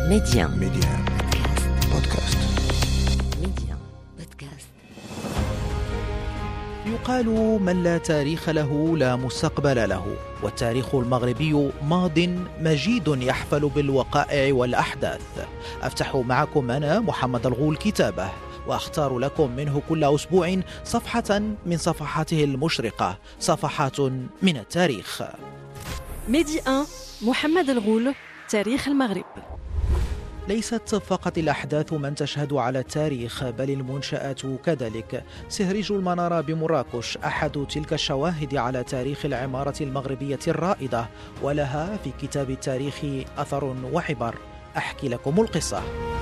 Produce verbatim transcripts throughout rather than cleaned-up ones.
ميديان ميديان بودكاست. ميديان بودكاست. يقال من لا تاريخ له لا مستقبل له، والتاريخ المغربي ماض مجيد يحفل بالوقائع والأحداث. أفتح معكم أنا محمد الغول كتابه، وأختار لكم منه كل أسبوع صفحة من صفحاته المشرقة، صفحات من التاريخ. ميدي واحد محمد الغول، تاريخ المغرب. ليست فقط الأحداث من تشهد على التاريخ، بل المنشآت كذلك. سهريج المنارة بمراكش أحد تلك الشواهد على تاريخ العمارة المغربية الرائدة، ولها في كتاب التاريخ أثر وعبر. أحكي لكم القصة.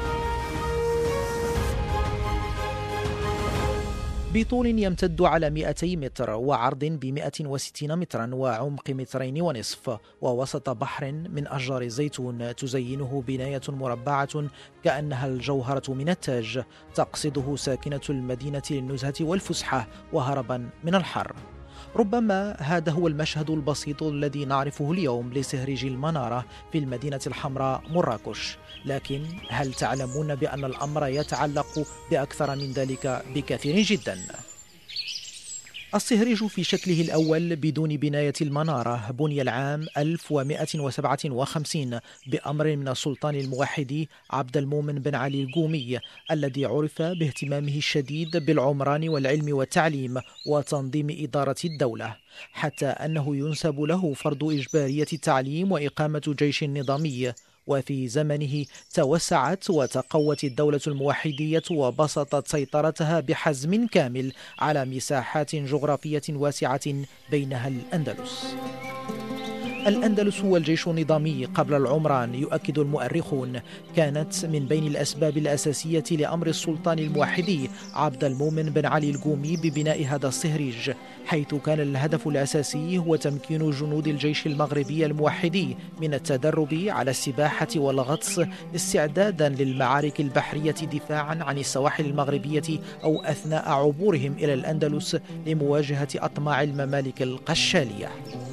بطول يمتد على مئتي متر، وعرض بمئة وستين مترا، وعمق مترين ونصف، ووسط بحر من أشجار الزيتون تزينه بناية مربعة كأنها الجوهرة من التاج، تقصده ساكنة المدينة للنزهة والفسحة وهربا من الحر. ربما هذا هو المشهد البسيط الذي نعرفه اليوم لسهريج المنارة في المدينة الحمراء مراكش، لكن هل تعلمون بأن الأمر يتعلق بأكثر من ذلك بكثير جدا؟ السهريج في شكله الأول بدون بناية المنارة بني العام ألف ومئة وسبعة وخمسين بأمر من السلطان الموحد عبد المؤمن بن علي القومي، الذي عرف باهتمامه الشديد بالعمران والعلم والتعليم وتنظيم إدارة الدولة، حتى أنه ينسب له فرض إجبارية التعليم وإقامة جيش نظامي. وفي زمنه توسعت وتقوت الدولة الموحدية وبسطت سيطرتها بحزم كامل على مساحات جغرافية واسعة بينها الأندلس. الأندلس والجيش النظامي قبل العمران، يؤكد المؤرخون، كانت من بين الأسباب الأساسية لأمر السلطان الموحدي عبد المؤمن بن علي القومي ببناء هذا السهريج، حيث كان الهدف الأساسي هو تمكين جنود الجيش المغربي الموحدي من التدرب على السباحة والغطس استعدادا للمعارك البحرية دفاعا عن السواحل المغربية أو أثناء عبورهم إلى الأندلس لمواجهة أطماع الممالك القشالية.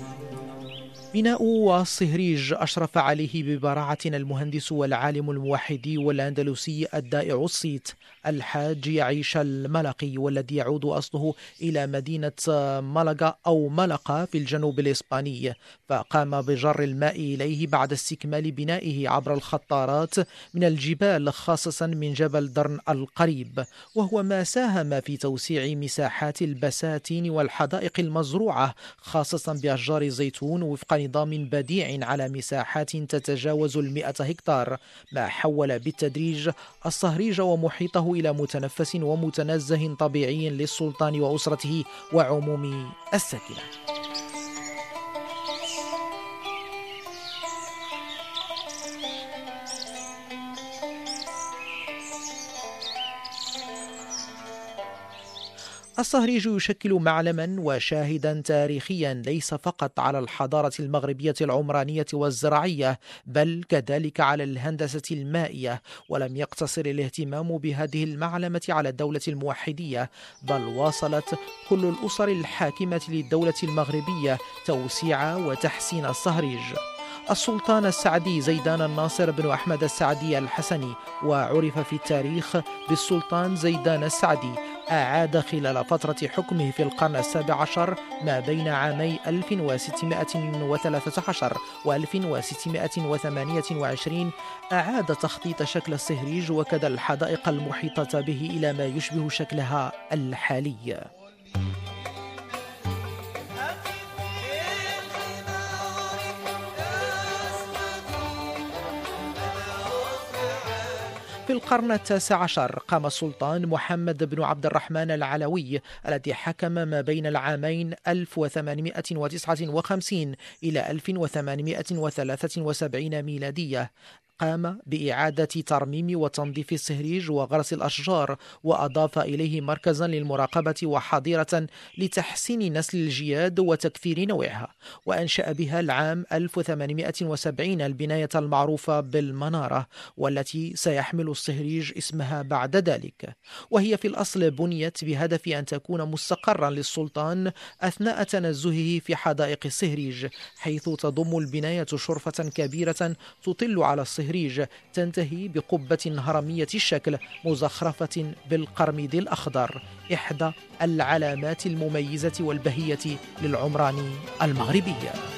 بناء السهريج أشرف عليه ببراعة المهندس والعالم الموحدي والأندلسي الدائع الصيت الحاج يعيش الملقي، والذي يعود أصله إلى مدينة ملقا أو ملقا في الجنوب الإسباني، فقام بجر الماء إليه بعد استكمال بنائه عبر الخطارات من الجبال، خاصة من جبل درن القريب، وهو ما ساهم في توسيع مساحات البساتين والحدائق المزروعة، خاصة بأشجار الزيتون، وفق نظام بديع على مساحات تتجاوز المئة هكتار، ما حول بالتدريج السهريج ومحيطه إلى متنفس ومتنزه طبيعي للسلطان وأسرته وعموم الساكنة. السهريج يشكل معلما وشاهدا تاريخيا ليس فقط على الحضارة المغربية العمرانية والزراعية، بل كذلك على الهندسة المائية. ولم يقتصر الاهتمام بهذه المعلمة على الدولة الموحدية، بل واصلت كل الأسر الحاكمة للدولة المغربية توسيع وتحسين السهريج. السلطان السعدي زيدان الناصر بن أحمد السعدي الحسني، وعرف في التاريخ بالسلطان زيدان السعدي، أعاد خلال فترة حكمه في القرن السابع عشر ما بين عامي ألف وستمائة وثلاثة عشر و ألف وستمائة وثمانية وعشرين، أعاد تخطيط شكل السهريج وكذا الحدائق المحيطة به إلى ما يشبه شكلها الحالي. في القرن التاسع عشر قام السلطان محمد بن عبد الرحمن العلوي، الذي حكم ما بين العامين ألف وثمانمائة وتسعة وخمسين إلى ألف وثمانمائة وثلاثة وسبعين ميلادية، قام بإعادة ترميم وتنظيف السهريج وغرس الأشجار، وأضاف إليه مركزا للمراقبة وحظيرة لتحسين نسل الجياد وتكثير نوعها، وأنشأ بها العام ألف وثمانمائة وسبعين البناية المعروفة بالمنارة، والتي سيحمل السهريج اسمها بعد ذلك. وهي في الأصل بنيت بهدف أن تكون مستقرا للسلطان أثناء تنزهه في حدائق السهريج، حيث تضم البناية شرفة كبيرة تطل على السهريج سهريج تنتهي بقبة هرمية الشكل مزخرفة بالقرميد الأخضر، إحدى العلامات المميزة والبهية للعمران المغربي.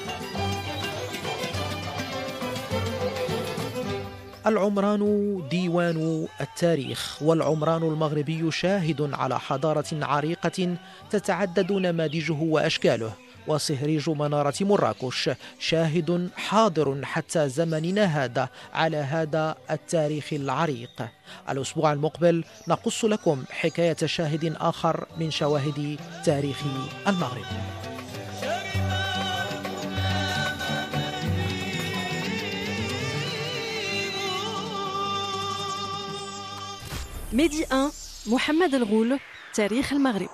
العمران ديوان التاريخ، والعمران المغربي شاهد على حضارة عريقة تتعدد نماذجه وأشكاله، وسهريج منارة مراكش شاهد حاضر حتى زمننا هذا على هذا التاريخ العريق. الأسبوع المقبل نقص لكم حكاية شاهد آخر من شواهد تاريخ المغرب. ميدي واحد محمد الغول، تاريخ المغرب.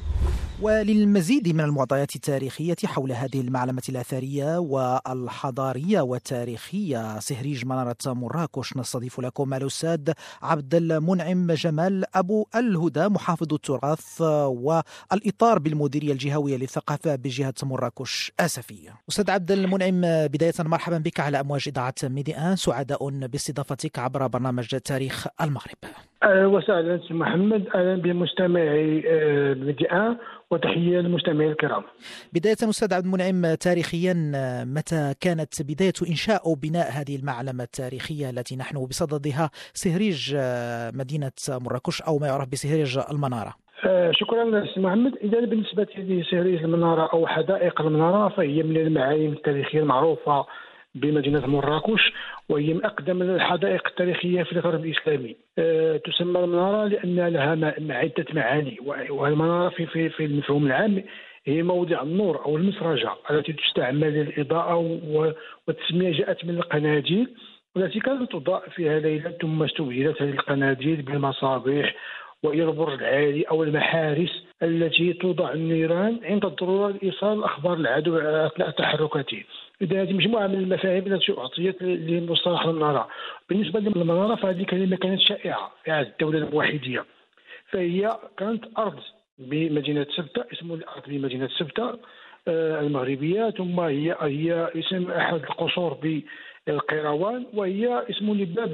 وللمزيد من المعطيات التاريخية حول هذه المعلمة الأثرية والحضارية والتاريخية سهريج منارة مراكش نستضيف لكم الأستاذ عبد المنعم جمال أبو الهدى، محافظ التراث والإطار بالمديرية الجهوية للثقافة بجهة مراكش آسفية. أستاذ عبد المنعم، بداية مرحبا بك على أمواج إذاعة ميدي واحد، سعداء باستضافتك عبر برنامج تاريخ المغرب. أهلا وسهلا سي محمد، أهلا بمستمعي ميدي واحد وتحية للمستمعين الكرام. بداية أستاذ عبد المنعم، تاريخيا متى كانت بداية إنشاء أو بناء هذه المعلمة التاريخية التي نحن بصددها سهريج مدينة مراكش أو ما يعرف بسهريج المنارة؟ آه شكرا سي محمد. إذا بالنسبة لسهريج المنارة أو حدائق المنارة فهي من المعالم التاريخية المعروفة بمدينة مراكش، وهي من أقدم الحدائق التاريخية في الغرب الإسلامي. أه تسمى المنارة لأن لها عدة معاني، والمنارة في, في, في المفهوم العام هي موضع النور أو المسرجة التي تستعمل للإضاءة، والتسمية جاءت من القناديل والتي كانت تضاء فيها ليلا ثم استبدلت هذه القناديل بالمصابيح وإلى البرج العالي أو المحارس التي توضع النيران عند الضرورة لإيصال أخبار العدو أثناء تحركاته. إذا هذه مجموعة من المفاهيم التي أعطيت لمصطلح المنارة. بالنسبة للمنارة فهذه كلمة كانت شائعة في عهد الدولة الموحدية، فهي كانت أرض بمدينة سبتة، اسم الأرض بمدينة سبتة المغربية، ثم هي هي اسم أحد القصور بالقيروان، وهي اسم لباب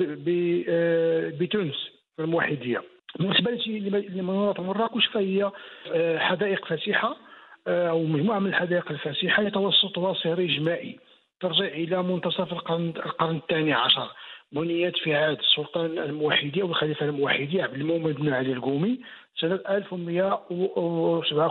بتونس الموحدية. بالنسبة لمنارة مراكش فهي حدائق فسيحة أو مجموعة من الحدائق الفسيحة يتوسطها سهريج مائي ترجع إلى منتصف القرن القرن الثاني عشر، بنيت في عهد السلطان الموحدي أو الخليفة الموحدي عبد المؤمن بن علي القومي سنة ألف ومئة وسبعة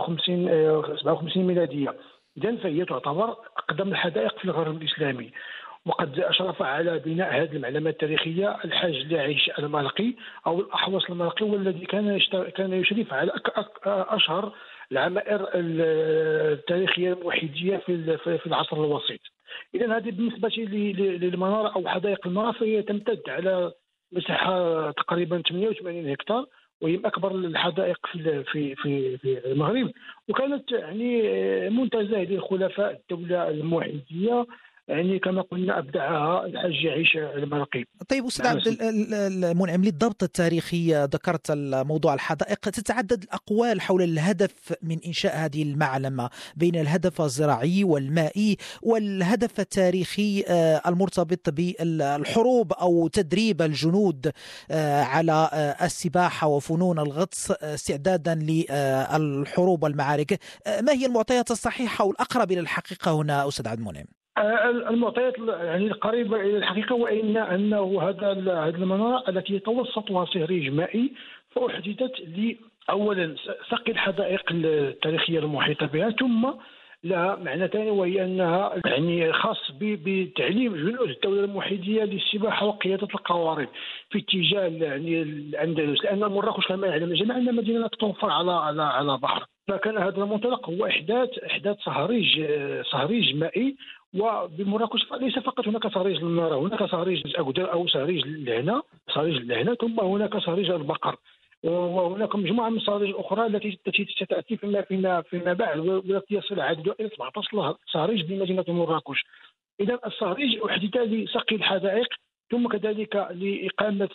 وخمسين ميلادية. إذن فهي تعتبر أقدم الحدائق في الغرب الإسلامي. وقد أشرف على بناء هذه المعلمة التاريخية الحاج العيش المالقي أو الأحوص المالقي، والذي كان كان يشرف على أشهر العمائر التاريخية الموحدية في في العصر الوسيط. إذا هذه بالنسبة للمنارة أو حدائق المنارة فهي تمتد على مساحة تقريبا ثمانية وثمانين هكتار، وهي من أكبر الحدائق في في في في المغرب، وكانت يعني منتزه للخلفاء الدولة الموحدية، يعني كما قلنا أبدعها الحاج عيش المالقي. طيب أستاذ عبد المنعم، للضبط التاريخي ذكرت موضوع الحدائق، تتعدد الأقوال حول الهدف من إنشاء هذه المعلمة بين الهدف الزراعي والمائي والهدف التاريخي المرتبط بالحروب أو تدريب الجنود على السباحة وفنون الغطس استعدادا للحروب والمعارك. ما هي المعطيات الصحيحة والأقرب إلى الحقيقة هنا أستاذ عبد المنعم؟ المعطيات يعني القريبة إلى الحقيقة، وإن أنه هذا هذه المنارة التي يتوسطها سهريج مائي فأحدثت لأولا سقي الحدائق التاريخية المحيطة بها، ثم لها معنى ثاني وهي أنها يعني خاص بتعليم جنود الدولة الموحدية للسباحة وقيادة القوارب في اتجاه يعني الأندلس، لأن مراكش كما يعلم الجميع أن مدينة توفر على على على بحر، فكان هذا المنطلق هو إحداث إحداث صهريج صهريج مائي. وبمراكش ليس فقط هناك صهريج المنارة، هناك صهريج الأقدار أو صهريج اللهنة صهريج اللهنة ثم هناك صهريج البقر، وهناك مجموعة من الصهريج الأخرى التي التي ستأتي فيما فيما فيما بعد، والتي يصل عددها إلى سبعة عشر صهريج بمدينة مراكش. إذا الصهريج أحدث لسقي الحدائق، ثم كذلك لإقامة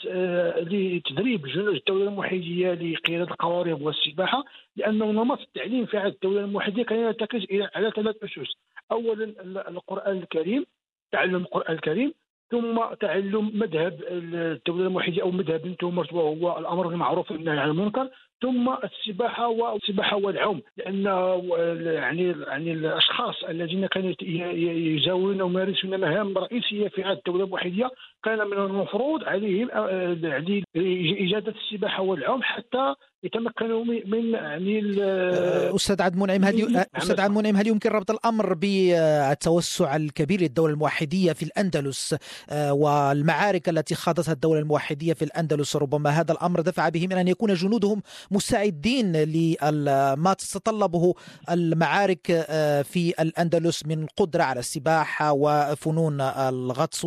لتدريب جنود الدولة الموحدية لقيادة القوارب والسباحة، لأنه نمط التعليم في عهد الدولة الموحدية كان يرتكز على ثلاث أسس. أولا القرآن الكريم، تعلم القرآن الكريم، ثم تعلم مذهب الدولة الموحدة أو مذهب بنت مرت وهو الأمر بالمعروف والنهي عن المنكر، ثم السباحة والسباحة والعوم، لأن يعني يعني الأشخاص الذين كانوا يزاولون ويمارسون مهام رئيسية في هذه الدولة الموحدة كان من المفروض عليهم يعني إجادة السباحة والعوم حتى يتمكنوا من يعني أستاذ عبد المنعم، هل أستاذ عبد المنعم هل يمكن ربط الأمر بالتوسع الكبير للدولة الموحدية في الأندلس والمعارك التي خاضتها الدولة الموحدية في الأندلس؟ ربما هذا الأمر دفع بهم إلى أن يكون جنودهم مستعدين لما تتطلبه المعارك في الأندلس من قدرة على السباحة وفنون الغطس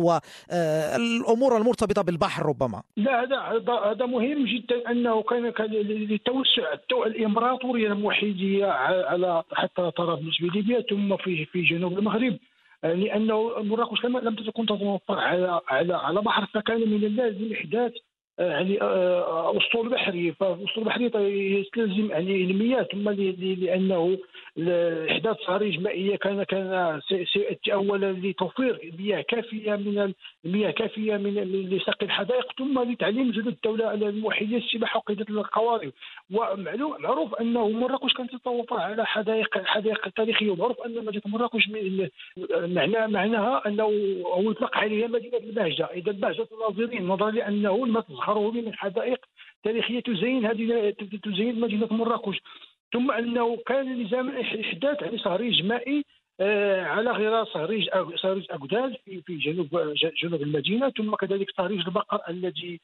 والأمور المرتبطة بالبحر. ربما لا، هذا هذا مهم جدا، أنه كان لتوسع الإمبراطورية الموحدية على حتى طرف نسبة ليبيا ثم في في جنوب المغرب، لأنه مراكش لم تكن تتوفر على على على بحر، فكان من اللازم إحداث يعني أسطول بحري، فالأسطول البحري يستلزم يعني المياه، ثم لأنه إحداث صهاريج مائية كان كان سيؤدي أولا لتوفير مياه كافية من المياه كافية من لسقي الحدائق، ثم لتعليم جنود الدولة الموحدة السباحة وقيادة القوارب. ومعلوم معروف أنه مراكش كانت تتوفر على حدائق حدائق تاريخية، ومعروف أن مدينة مراكش معناها معناها أنه هو يطلق عليها مدينة البهجة، إذا بهجة الناظرين، نظرا لأنه ما تزخره من حدائق تاريخية تزين هذه تزين مدينة مراكش. ثم أنه كان لزاما إحداث يعني صهريج مائي على غرار صهريج صهريج أغداد في في جنوب جنوب المدينة، ثم كذلك صهريج البقر الذي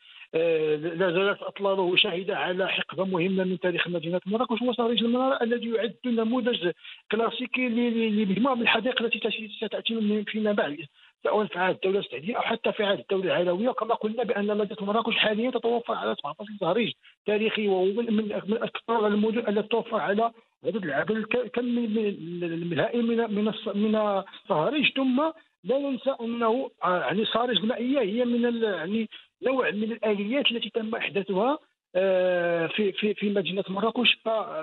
لا زالت أطلاله شاهدة على حقبة مهمة من تاريخ مدينة مراكش، وصهريج المنارة الذي يعد نموذج كلاسيكي لمجموعة من الحدائق التي ستأتي فيما بعد، سواء في عهد الدولة السعدية أو حتى في عهد الدولة العلوية. كما قلنا بأن مدينة مراكش حاليا تتوفر على سبعة عشر صهريج تاريخي، وهو من أكثر المدن التي تتوفر على عدد العدد كم من الهائل من من من الصهاريج. ثم لا ننسى أنه يعني الصهاريج المائية هي من يعني نوع من الآليات التي تم إحداثها في في في مدينة مراكش.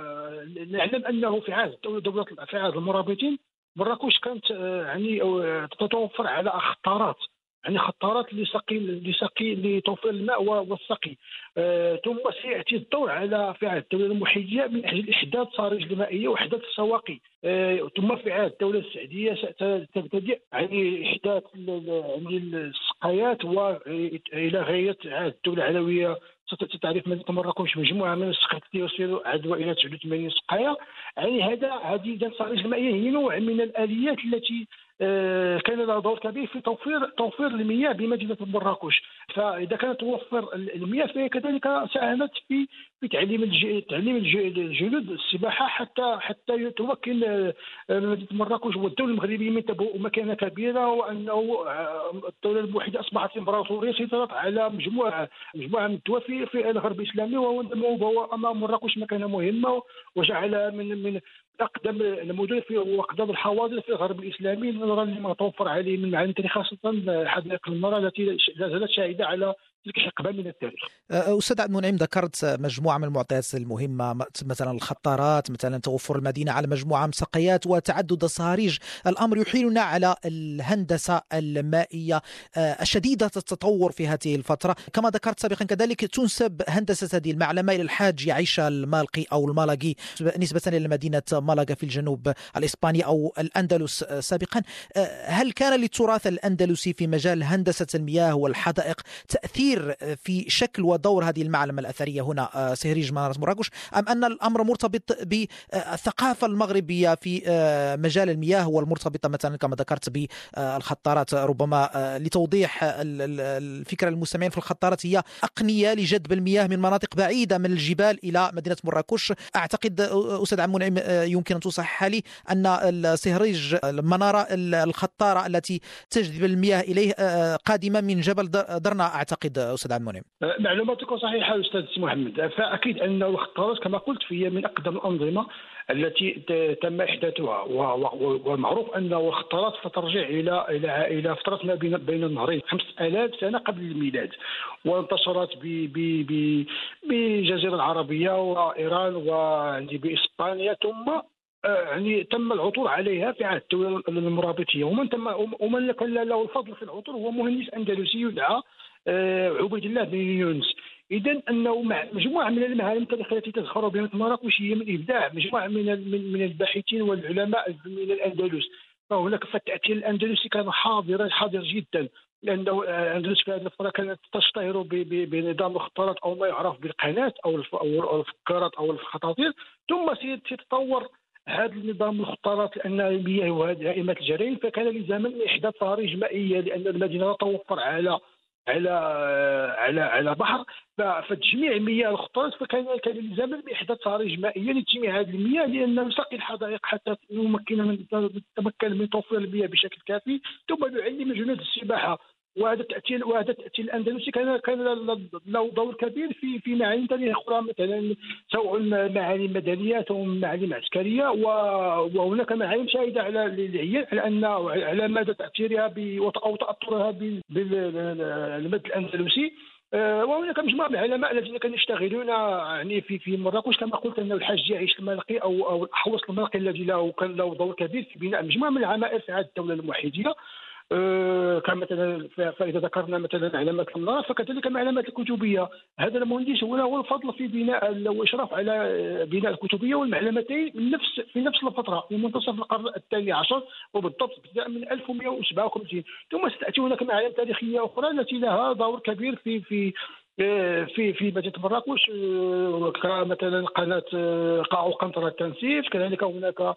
فنعلم أنه في عهد دولة في عهد المرابطين مراكش كانت يعني تتوفر على خطارات يعني خطارات لسقي لسقي لتوفير الماء والسقي. ثم سيأتي الدور على في عهد الدولة الموحدية من أجل إحداث صهاريج مائية وإحداث السواقي. ثم في عهد الدولة السعدية ستبتدئ يعني إحداث يعني السقايات، وإلى غاية عهد الدولة العلوية ستعرف مدينة مراكش مجموعة من السقايات يصل عدوى إلى تسعة وثمانين سقاية. يعني هذا هذه الصهاريج المائية هي نوع من الآليات التي كان لها دور كبير في توفير توفير المياه بمدينة مراكش. فإذا كانت توفر المياه فهي كذلك ساهمت في في تعليم الج... تعليم الجنود السباحة حتى حتى تمكن مدينة مراكش والدولة المغربية من تبوء مكانة كبيرة، وأنه الدولة الموحدة أصبحت إمبراطورية سيطرت على مجموعة مجموعة من الدول في في الغرب الإسلامي، وهو أمام مراكش مكانة مهمة وجعلها من من أقدم المدن في وأقدم الحواضر في الغرب الإسلامي نظرا لما توفر عليه من معالم تاريخية، خاصة حدائق المنارة التي لا زالت شاهدة على تلك الحقبة من التاريخ. أستاذ عبد المنعم، ذكرت مجموعة من المعطيات المهمة، مثلا الخطارات، مثلا توفر المدينة على مجموعة من السقيات وتعدد الصهاريج. الأمر يحيلنا على الهندسة المائية الشديدة التطور في هذه الفترة. كما ذكرت سابقا كذلك تنسب هندسة هذه المعلمة إلى الحاج عيشة المالقي أو المالقي نسبة إلى مدينة مالاغا في الجنوب الإسباني أو الأندلس سابقا. هل كان للتراث الأندلسي في مجال هندسة المياه والحدائق تأثير في شكل ودور هذه المعلمة الأثرية هنا صهريج منارة مراكش، أم أن الأمر مرتبط بالثقافة المغربية في مجال المياه والمرتبطة مثلا كما ذكرت بالخطارات؟ ربما لتوضيح الفكرة للمستمعين، في الخطارات هي أقنية لجذب المياه من مناطق بعيدة من الجبال إلى مدينة مراكش. أعتقد أستاذ عبد المنعم يمكن أن تصحح لي أن الصهريج المنارة الخطارة التي تجذب المياه إليه قادمة من جبل درنا أعتقد أستاذ عبد المنعم. معلوماتك صحيحة أستاذ محمد، فأكيد أن الخطارات كما قلت هي من أقدم الأنظمة التي تم إحداثها، والمعروف أن الخطارات فترجع إلى إلى إلى فترة ما بين بين النهرين خمسة آلاف سنة قبل الميلاد، وانتشرت بالجزيرة العربية وإيران وبإسبانيا، ثم يعني تم العثور عليها في عهد الدوله المرابطيه، ومن تم ومن كان له الفضل في العثور هو مهندس اندلسي يدعى عبيد الله بن يونس. اذا انه مجموعه من المعالم التاريخيه التي تزخر بها مراكش هي من ابداع مجموعه من من الباحثين والعلماء من الاندلس. فهناك فالتاثير الاندلسي كان حاضرا حاضر جدا، لانه الاندلس في هذه الفتره كانت تشتهر بنظام الخطارات او ما يعرف بالقناه او الفكارات او الخطاطير، ثم سيتطور هذا النظام الخطارات لان المياه وهذه هائمه الجريان، فكان لزاما احداث صهاريج مائيه لان المدينه لا توفر على على على على بحر، فتجميع مياه الخطارات فكان كان لزاما باحداث صهاريج مائيه لتجميع هذه المياه لانه يسقي الحدائق حتى يمكن من تمكن من توفير المياه بشكل كافي، ثم يعلم جنود السباحه. وهذا التاثير وهذا التاثير الاندلسي كان كان له دور كبير في في معالم ثانيه اخرى، مثلا سواء معالم مدنيه او معالم عسكريه، وهناك معالم شاهده على العيان على ان على مدى تاثيرها او تاثرها بالمد الاندلسي. وهناك مجموعه من العلماء الذين كانوا يشتغلون يعني في في مراكش، كما قلت انه الحاج يعيش المالقي او او الاحوص المالقي الذي له كان له دور كبير في بناء مجموعه من العمائر في عهد الدوله الموحديه. أه كمثلا فاذا ذكرنا مثلا علامات المناره فكذلك علامات الكتبيه، هذا المهندس هو له الفضل في بناء والاشراف على بناء الكتبيه والمعلمتين من نفس في نفس الفتره في منتصف القرن الثاني عشر، وبالضبط ابتداء من ألف ومئة وسبعة وخمسين. ثم ستاتي هناك معالم تاريخيه اخرى التي لها دور كبير في في في في مدينه مراكش، كمثلا قناه قاع قنطره التنسيف، كذلك هناك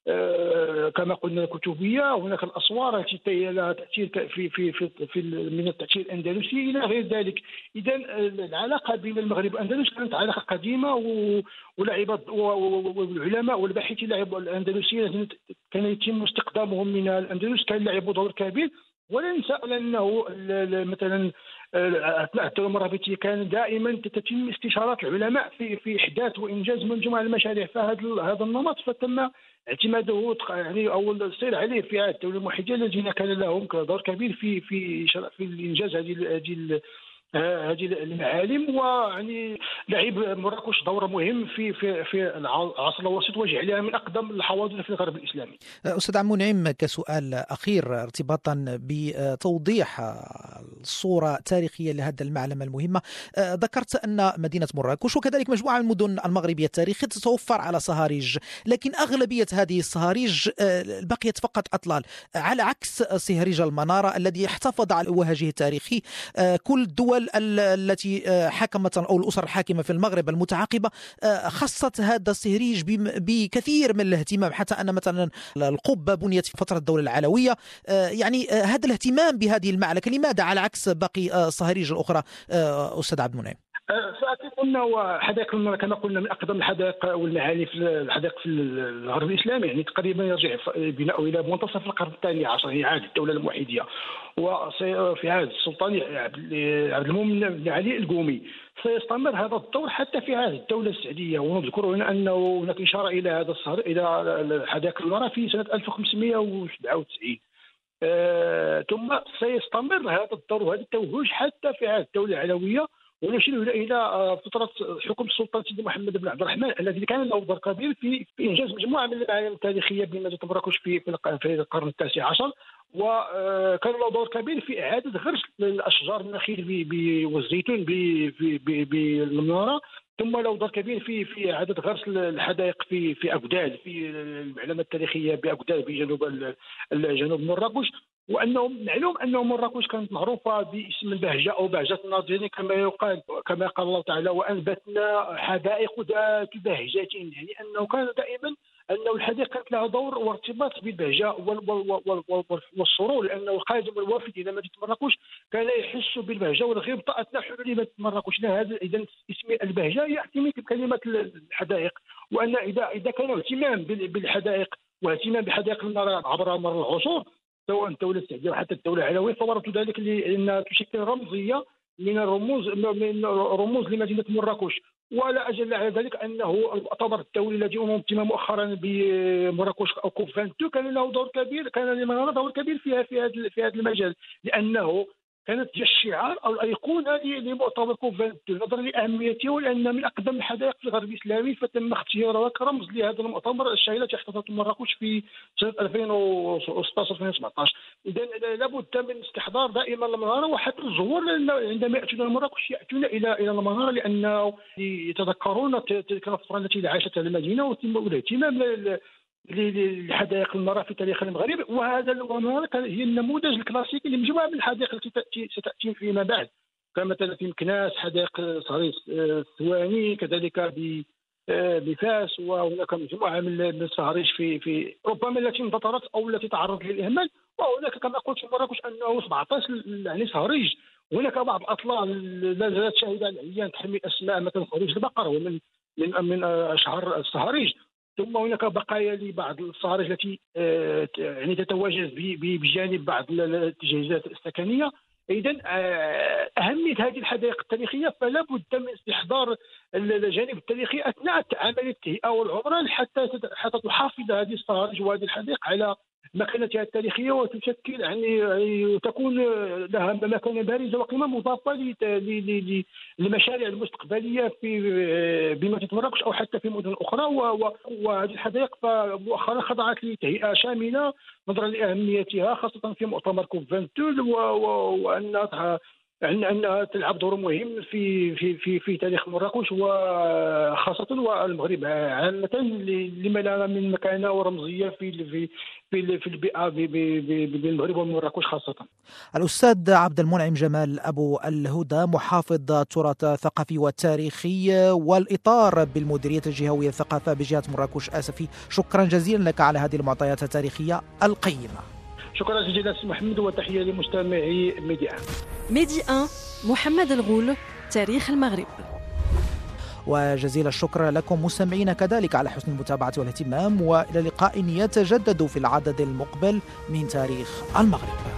آه كما قلنا الكتبيه، هناك الاسوار التي لها تاثير في في في, في من التاثير الاندلسي الى غير ذلك. اذا العلاقه بين المغرب والاندلس كانت علاقه قديمه، ولعب والعلماء والباحثين لعبوا الاندلسيين الذين كان يتم استقدامهم من الاندلس كان لعبوا دور كبير. ولا ننسى انه مثلا اثناء الدوله المرابطيه كان دائما تتم استشارات العلماء في في احداث وانجاز مجموعه من المشاريع، فهذا هذا النمط فتم اعتماده يعني او السير عليه في عهد الدوله الموحديه الذين كان لهم دور كبير في في في الانجاز هذه هذه هذه المعالم، ويعني لعب مراكش دور مهم في في في العصر الوسيط وجعلها من اقدم الحواضر في الغرب الاسلامي. استاذ عم منعم، كسؤال اخير ارتباطا بتوضيح الصوره التاريخيه لهذا المعلم المهمه، ذكرت ان مدينه مراكش وكذلك مجموعه من المدن المغربيه التاريخيه تتوفر على صهاريج، لكن اغلبيه هذه الصهاريج بقيت فقط اطلال، على عكس صهريج المناره الذي احتفظ على وهجه التاريخي. كل الدول التي حكمت أو الأسر الحاكمة في المغرب المتعاقبة خصت هذا الصهريج بكثير من الاهتمام، حتى أن مثلا القبة بنيت في فترة الدولة العلوية. يعني هذا الاهتمام بهذه المعركة لماذا على عكس باقي الصهاريج الأخرى أستاذ عبد المنعم؟ فأعتقد أنه حدائق المناره كما قلنا من أقدم الحدائق والمعالم في الحدائق في الغرب الإسلامي، يعني تقريبا يرجع بناؤه إلى منتصف القرن الثاني عشر، يعني عهد الدولة الموحدية، وفي عهد السلطان عبد المؤمن بن علي القومي سيستمر هذا الدور حتى في عهد الدولة السعدية. ونذكر هنا أنه هناك إشارة إلى هذا الصهر إلى حدائق المناره في سنة ألف وخمسمئة وسبعة وتسعين. آه، ثم سيستمر هذا الدور وهذا التوهج حتى في عهد الدولة العلوية، ونشير الى فتره حكم السلطان سيدي محمد بن عبد الرحمن الذي كان له دور كبير في انجاز مجموعه من المعالم التاريخيه بمدينه مراكش في في القرن التاسع عشر، وكان له دور كبير في اعاده غرس الاشجار النخيل والزيتون بالمناره، ثم له دور كبير في في اعاده غرس الحدائق في في اغدال، في المعلمه التاريخيه باغدال بجنوب جنوب مراكش. وانه معلوم انه مراكش كانت معروفه باسم البهجه او بهجه الناظرين كما يقال، كما قال الله تعالى وانبتنا حدائق ذات بهجه، يعني انه كان دائما انه الحديقه كانت لها دور وارتباط بالبهجه والسرور، لانه القادم والوافد الى مدينه مراكش كان يحس بالبهجه والغبطه اثناء حلول مدينه مراكش. هذا اذا اسم البهجه يحتمي بكلمه الحدائق، وان اذا اذا كان اهتمام بالحدائق واهتمام بحدائق المناره عبر مر العصور سواء الدوله السعوديه وحتى الدوله العلويه، فورت ذلك لانها تشكل رمزيه من الرموز من رموز لمدينه مراكش. ولا اجل على ذلك انه المؤتمر الدولي الذي انظم مؤخرا بمراكش او كوب اثنين وعشرين كان له دور كبير، كان للمناره دور كبير فيها في هذا في هذا المجال، لانه كانت هي الشعار او الايقونه لمؤتمر كوب اثنين وعشرين نظرا لاهميته، ولان من اقدم الحدائق في الغرب الاسلامي، فتم اختيارها كرمز لهذا المؤتمر الشهير التي احتضنته مراكش في سنه ألفين وستة عشر ألفين وسبعطاش. اذا لابد من استحضار دائما المناره، وحتى الزوار عندما ياتون الى مراكش ياتون الى الى المناره لانه يتذكرون تلك الفتره التي عاشتها المدينه والاهتمام لحدائق المناره في تاريخ المغرب. وهذا المناره هي النموذج الكلاسيكي لمجموعه من الحدائق التي تاتي ستاتي فيما بعد، كمثلا في مكناس، حدائق صريص الثواني، كذلك بفاس، وهناك مجموعه من الصهاريج في في ربما التي انتظرت او التي تعرضت للاهمال. وهناك كما قلت في مراكش انه سبعطاش يعني صهريج. هناك بعض الاطلال لا زالت شاهده على العيان تحمل اسماء، مثلا صهريج البقر ومن من من اشهر الصهاريج. ثم هناك بقايا لبعض الصهاريج التي يعني تتواجد بجانب بعض التجهيزات السكنيه. اذا اهميه هذه الحدائق التاريخيه فلا بد من استحضار الجانب التاريخي اثناء عمليه التهيئه والعمران، حتى حتى تحافظ هذه الصهاريج وهذه الحدائق على مكانتها التاريخيه، وتشكل يعني تكون لها مكانه بارزه وقيمه مضافه للمشاريع المستقبليه في بمدينه مراكش او حتى في مدن اخرى. وهذه الحدائق مؤخرا خضعت لتهيئه شامله نظرا لاهميتها، خاصه في مؤتمر كوب اثنين وعشرين، وانها انها تلعب دور مهم في في في في تاريخ مراكش وخاصه والمغرب عامه، لما لها من مكانه ورمزيه في في في في البيئه بين المغرب ومراكش خاصه. الاستاذ عبد المنعم جمال ابو الهدى، محافظ التراث الثقافي والتاريخي والاطار بالمديريه الجهويه للثقافه بجهه مراكش اسفي، شكرا جزيلا لك على هذه المعطيات التاريخيه القيمه. شكرا جزيلا سي محمد، وتحيه لمستمعي ميدي واحد. ميدي واحد، محمد الغول، تاريخ المغرب. وجزيل الشكر لكم مستمعين كذلك على حسن المتابعة والاهتمام، وإلى لقاء يتجدد في العدد المقبل من تاريخ المغرب.